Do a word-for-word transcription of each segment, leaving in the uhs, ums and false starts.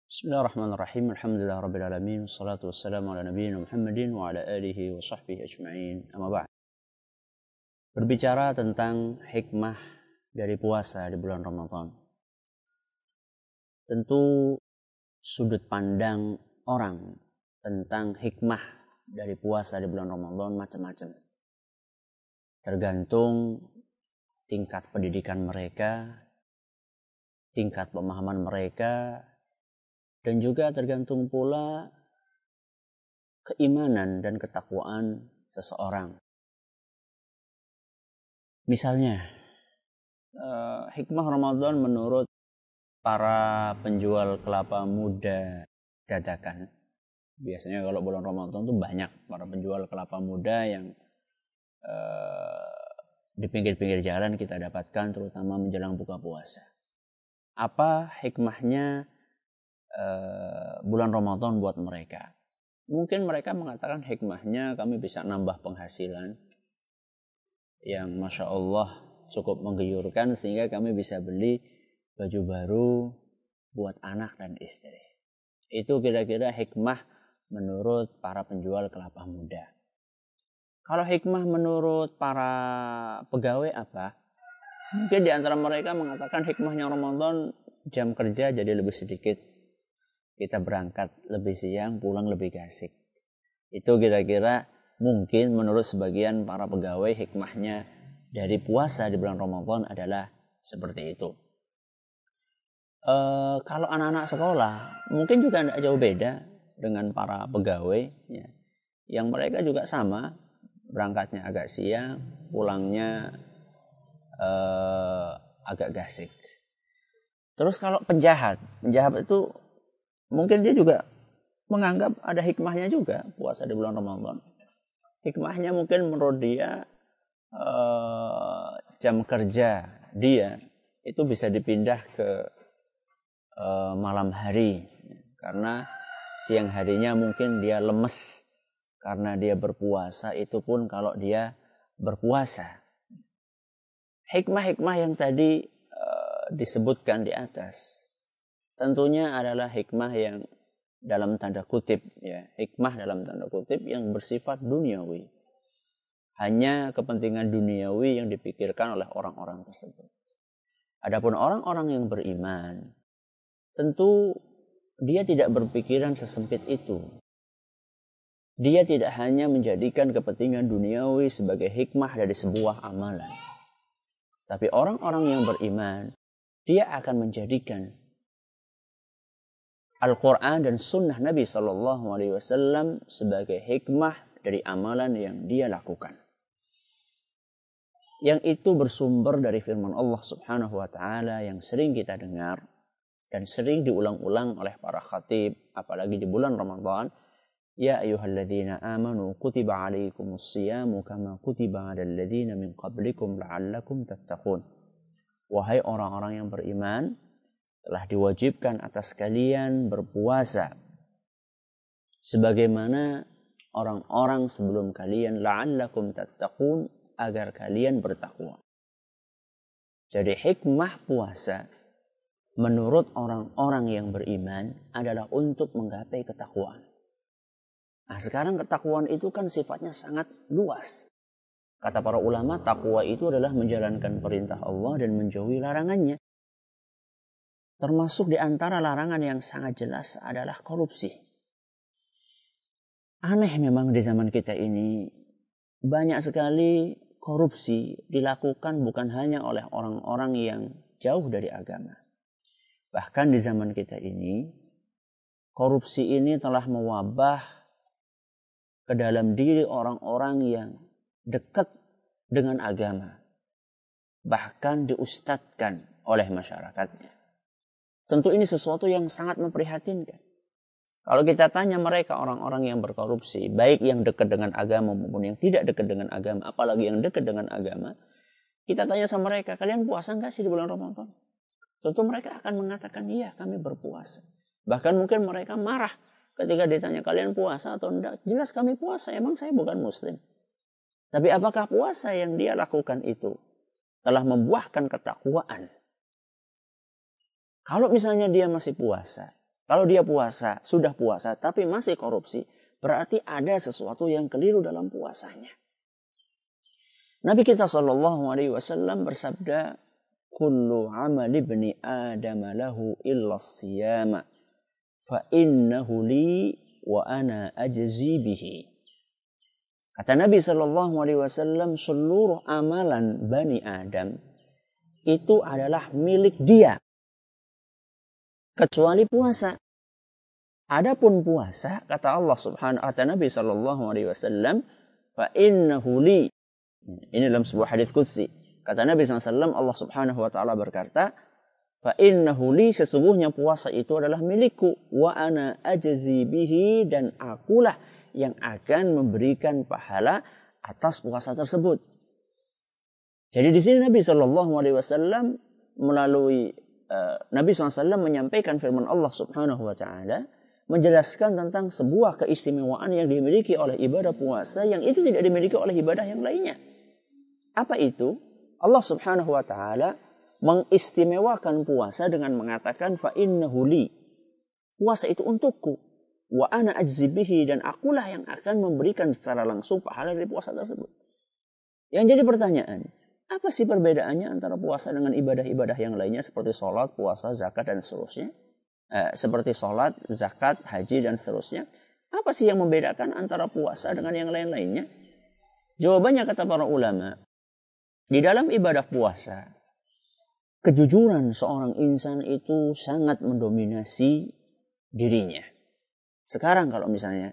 Bismillahirrahmanirrahim. Alhamdulillah rabbil alamin. Wassalatu wassalamu ala nabiyyina Muhammadin wa ala alihi wa sahbihi ajma'in. Amma ba'd. Berbicara tentang hikmah dari puasa di bulan Ramadan. Tentu sudut pandang orang tentang hikmah dari puasa di bulan Ramadan macam-macam. Tergantung tingkat pendidikan mereka, tingkat pemahaman mereka, dan juga tergantung pula keimanan dan ketakwaan seseorang. Misalnya, eh, hikmah Ramadan menurut para penjual kelapa muda dadakan. Biasanya kalau bulan Ramadan tuh banyak para penjual kelapa muda yang eh, di pinggir-pinggir jalan kita dapatkan, terutama menjelang buka puasa. Apa hikmahnya Uh, bulan Ramadan buat mereka? Mungkin mereka mengatakan hikmahnya kami bisa nambah penghasilan yang Masya Allah cukup menggiurkan sehingga kami bisa beli baju baru buat anak dan istri. Itu kira-kira hikmah menurut para penjual kelapa muda. Kalau hikmah menurut para pegawai apa? Mungkin di antara mereka mengatakan hikmahnya Ramadan jam kerja jadi lebih sedikit. Kita berangkat lebih siang, pulang lebih asik. Itu kira-kira mungkin menurut sebagian para pegawai hikmahnya dari puasa di bulan Ramadan adalah seperti itu. E, kalau anak-anak sekolah mungkin juga tidak jauh beda dengan para pegawai. Ya. Yang mereka juga sama, berangkatnya agak siang, pulangnya e, agak gasik. Terus kalau penjahat, penjahat itu mungkin dia juga menganggap ada hikmahnya juga puasa di bulan Ramadan. Hikmahnya mungkin menurut dia uh, jam kerja dia itu bisa dipindah ke uh, malam hari. Karena siang harinya mungkin dia lemes karena dia berpuasa, itu pun kalau dia berpuasa. Hikmah-hikmah yang tadi uh, disebutkan di atas tentunya adalah hikmah yang dalam tanda kutip, ya, hikmah dalam tanda kutip yang bersifat duniawi. Hanya kepentingan duniawi yang dipikirkan oleh orang-orang tersebut. Adapun orang-orang yang beriman, tentu dia tidak berpikiran sesempit itu. Dia tidak hanya menjadikan kepentingan duniawi sebagai hikmah dari sebuah amalan. Tapi orang-orang yang beriman, dia akan menjadikan Al-Quran dan Sunnah Nabi Sallallahu Alaihi Wasallam sebagai hikmah dari amalan yang dia lakukan. Yang itu bersumber dari firman Allah Subhanahu Wa Taala yang sering kita dengar dan sering diulang-ulang oleh para khatib, apalagi di bulan Ramadan. Ya ayyuhalladzina amanu kutiba alaikumus siyamu kama kutiba alal ladzina min qablikum la'allakum tattaqun. Wahai orang-orang yang beriman, telah diwajibkan atas kalian berpuasa sebagaimana orang-orang sebelum kalian la'allakum tattaqun, agar kalian bertakwa. Jadi hikmah puasa menurut orang-orang yang beriman adalah untuk menggapai ketakwaan. Nah, sekarang ketakwaan itu kan sifatnya sangat luas. Kata para ulama, takwa itu adalah menjalankan perintah Allah dan menjauhi larangannya. Termasuk di antara larangan yang sangat jelas adalah korupsi. Aneh memang di zaman kita ini, banyak sekali korupsi dilakukan bukan hanya oleh orang-orang yang jauh dari agama. Bahkan di zaman kita ini, korupsi ini telah mewabah ke dalam diri orang-orang yang dekat dengan agama. Bahkan diustadkan oleh masyarakatnya. Tentu ini sesuatu yang sangat memprihatinkan. Kalau kita tanya mereka orang-orang yang berkorupsi, baik yang dekat dengan agama maupun yang tidak dekat dengan agama, apalagi yang dekat dengan agama, kita tanya sama mereka, kalian puasa nggak sih di bulan Ramadan? Tentu mereka akan mengatakan, iya kami berpuasa. Bahkan mungkin mereka marah ketika ditanya, kalian puasa atau enggak? Jelas kami puasa, emang saya bukan muslim. Tapi apakah puasa yang dia lakukan itu telah membuahkan ketakwaan? Kalau misalnya dia masih puasa, Kalau dia puasa, sudah puasa, tapi masih korupsi, berarti ada sesuatu yang keliru dalam puasanya. Nabi kita shallallahu alaihi wasallam bersabda, "Kullu amali ibni Adam lahu illa siyama, fa innahu li wa ana ajzi bihi." Kata Nabi shallallahu alaihi wasallam, seluruh amalan Bani Adam itu adalah milik dia, kecuali puasa. Adapun puasa, kata Allah Subhanahu kata Nabi shallallahu alaihi wasallam, fa innahu li. Ini dalam sebuah hadis qudsi. Kata Nabi shallallahu alaihi wasallam, Allah Subhanahu wa taala berkata, fa innahu li, sesungguhnya puasa itu adalah milikku, wa ana ajzi bihi, dan akulah yang akan memberikan pahala atas puasa tersebut. Jadi di sini Nabi shallallahu alaihi wasallam melalui uh, Nabi shallallahu alaihi wasallam menyampaikan firman Allah Subhanahu wa taala, menjelaskan tentang sebuah keistimewaan yang dimiliki oleh ibadah puasa yang itu tidak dimiliki oleh ibadah yang lainnya. Apa itu? Allah Subhanahu wa taala mengistimewakan puasa dengan mengatakan fa innahu li. Puasa itu untukku. Wa ana ajzi bihi, dan akulah yang akan memberikan secara langsung pahala dari puasa tersebut. Yang jadi pertanyaan, apa sih perbedaannya antara puasa dengan ibadah-ibadah yang lainnya seperti sholat, puasa, zakat, dan seterusnya? Eh, seperti sholat, zakat, haji, dan seterusnya. Apa sih yang membedakan antara puasa dengan yang lain-lainnya? Jawabannya kata para ulama, di dalam ibadah puasa, kejujuran seorang insan itu sangat mendominasi dirinya. Sekarang kalau misalnya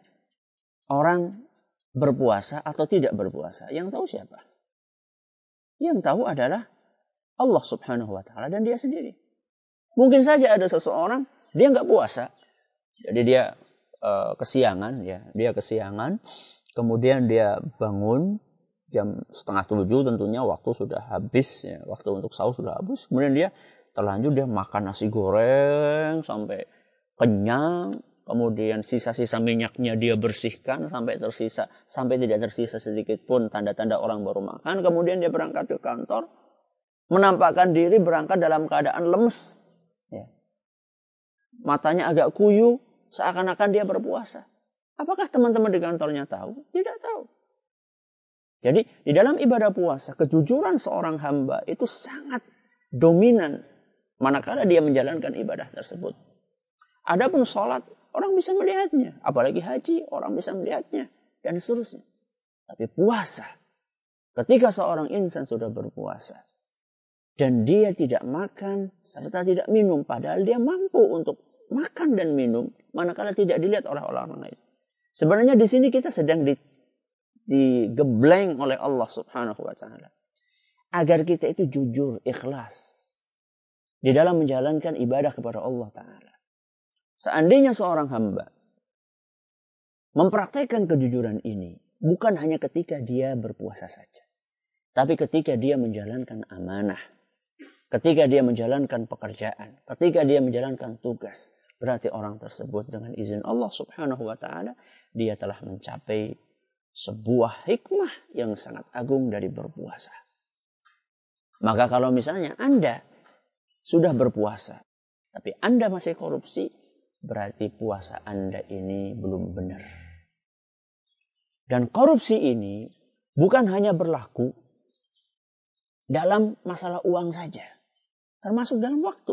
orang berpuasa atau tidak berpuasa, yang tahu siapa? Yang tahu adalah Allah Subhanahu wa taala dan dia sendiri. Mungkin saja ada seseorang dia nggak puasa, jadi dia uh, kesiangan, ya, dia kesiangan, kemudian dia bangun jam setengah tujuh, tentunya waktu sudah habis, ya, waktu untuk sahur sudah habis, kemudian dia terlanjur dia makan nasi goreng sampai kenyang. Kemudian sisa-sisa minyaknya dia bersihkan sampai tersisa, sampai tidak tersisa sedikit pun tanda-tanda orang baru makan. Kemudian dia berangkat ke kantor, menampakkan diri berangkat dalam keadaan lemes. Ya. Matanya agak kuyu, seakan-akan dia berpuasa. Apakah teman-teman di kantornya tahu? Tidak tahu. Jadi di dalam ibadah puasa, kejujuran seorang hamba itu sangat dominan manakala dia menjalankan ibadah tersebut. Adapun sholat, orang bisa melihatnya. Apalagi haji, orang bisa melihatnya. Dan seterusnya. Tapi puasa. Ketika seorang insan sudah berpuasa. Dan dia tidak makan serta tidak minum. Padahal dia mampu untuk makan dan minum. Manakala tidak dilihat oleh orang lain. Sebenarnya di sini kita sedang di, digebleng oleh Allah Subhanahu wa taala. Agar kita itu jujur, ikhlas. Di dalam menjalankan ibadah kepada Allah Ta'ala. Seandainya seorang hamba mempraktikkan kejujuran ini, bukan hanya ketika dia berpuasa saja, tapi ketika dia menjalankan amanah, ketika dia menjalankan pekerjaan, ketika dia menjalankan tugas, berarti orang tersebut dengan izin Allah Subhanahu wa taala, dia telah mencapai sebuah hikmah yang sangat agung dari berpuasa. Maka kalau misalnya Anda sudah berpuasa, tapi Anda masih korupsi, berarti puasa Anda ini belum benar. Dan korupsi ini bukan hanya berlaku dalam masalah uang saja, termasuk dalam waktu.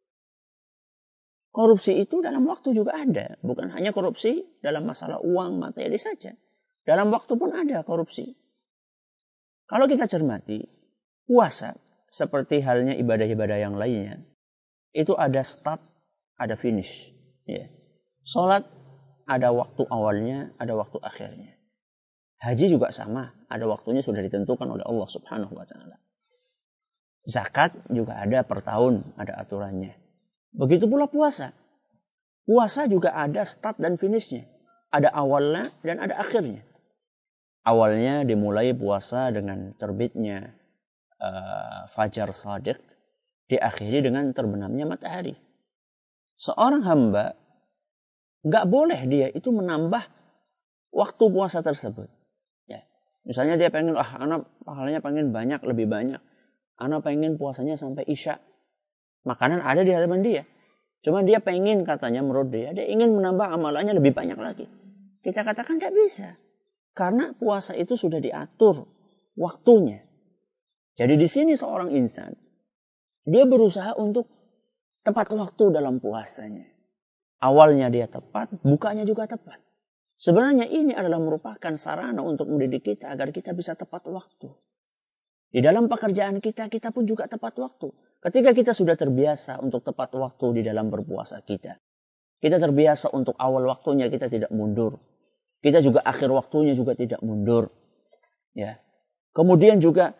Korupsi itu dalam waktu juga ada, bukan hanya korupsi dalam masalah uang materi saja. Dalam waktu pun ada korupsi. Kalau kita cermati, puasa seperti halnya ibadah-ibadah yang lainnya, itu ada start, ada finish. Ya. Sholat ada waktu awalnya, ada waktu akhirnya. Haji juga sama, ada waktunya sudah ditentukan oleh Allah Subhanahu wa taala. Zakat juga ada per tahun, ada aturannya. Begitu pula puasa. Puasa juga ada start dan finishnya. Ada awalnya dan ada akhirnya. Awalnya dimulai puasa dengan terbitnya uh, fajar shadiq, diakhiri dengan terbenamnya matahari. Seorang hamba nggak boleh dia itu menambah waktu puasa tersebut. Ya. Misalnya dia pengen, ah, anak pahalanya pengen banyak, lebih banyak. Anak pengen puasanya sampai isya. Makanan ada di hadapan dia. Cuma dia pengen katanya menurut dia, dia ingin menambah amalannya lebih banyak lagi. Kita katakan tidak bisa. Karena puasa itu sudah diatur waktunya. Jadi di sini seorang insan, dia berusaha untuk tepat waktu dalam puasanya. Awalnya dia tepat, bukanya juga tepat. Sebenarnya ini adalah merupakan sarana untuk mendidik kita agar kita bisa tepat waktu. Di dalam pekerjaan kita, kita pun juga tepat waktu. Ketika kita sudah terbiasa untuk tepat waktu di dalam berpuasa kita. Kita terbiasa untuk awal waktunya kita tidak mundur. Kita juga akhir waktunya juga tidak mundur. Ya. Kemudian juga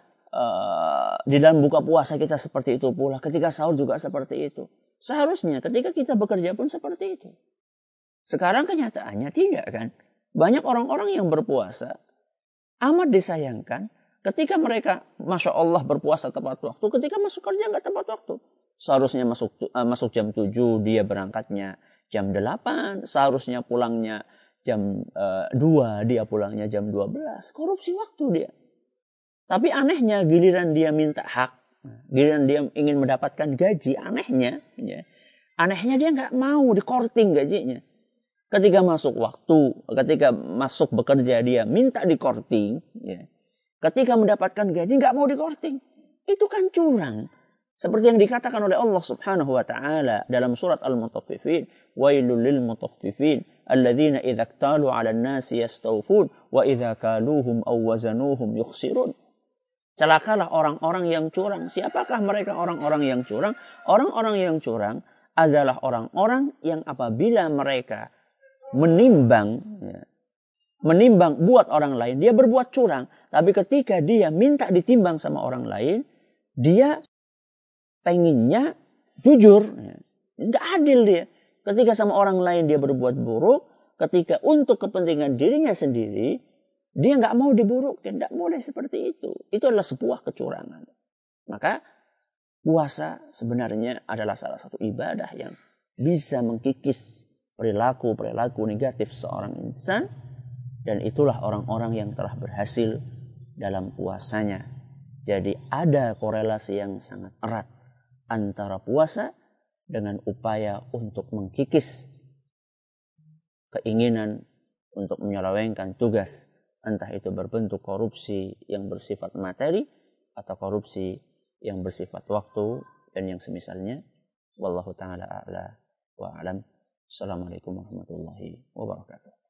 uh, di dalam buka puasa kita seperti itu pula. Ketika sahur juga seperti itu. Seharusnya ketika kita bekerja pun seperti itu. Sekarang kenyataannya tidak kan. Banyak orang-orang yang berpuasa amat disayangkan. Ketika mereka, Masya Allah, berpuasa tepat waktu. Ketika masuk kerja nggak tepat waktu. Seharusnya masuk uh, masuk jam tujuh, dia berangkatnya jam delapan. Seharusnya pulangnya jam uh, dua, dia pulangnya jam dua belas. Korupsi waktu dia. Tapi anehnya giliran dia minta hak. Giliran dia ingin mendapatkan gaji. Anehnya. Ya, anehnya dia nggak mau dikorting gajinya. Ketika masuk waktu, ketika masuk bekerja dia minta dikorting. Ya. Ketika mendapatkan gaji nggak mau dikorting. Itu kan curang. Seperti yang dikatakan oleh Allah Subhanahu wa taala dalam surat Al-Mutaffifin, wailul lil mutaffifin alladzina idza iktalu 'alan nasi yastawfun wa idza kaluhum aw wazanuhum yukhsirun. Celakalah orang-orang yang curang. Siapakah mereka orang-orang yang curang? Orang-orang yang curang adalah orang-orang yang apabila mereka menimbang ya, menimbang buat orang lain, dia berbuat curang. Tapi ketika dia minta ditimbang sama orang lain, dia pengennya jujur. Nggak adil dia. Ketika sama orang lain dia berbuat buruk, ketika untuk kepentingan dirinya sendiri, dia nggak mau diburukkan. Nggak boleh seperti itu. Itu adalah sebuah kecurangan. Maka puasa sebenarnya adalah salah satu ibadah yang bisa mengkikis perilaku-perilaku negatif seorang insan. Dan itulah orang-orang yang telah berhasil dalam puasanya. Jadi ada korelasi yang sangat erat antara puasa dengan upaya untuk mengkikis keinginan untuk menyelewengkan tugas. Entah itu berbentuk korupsi yang bersifat materi atau korupsi yang bersifat waktu dan yang semisalnya. Wallahu ta'ala a'la wa a'lam. Assalamualaikum warahmatullahi wabarakatuh.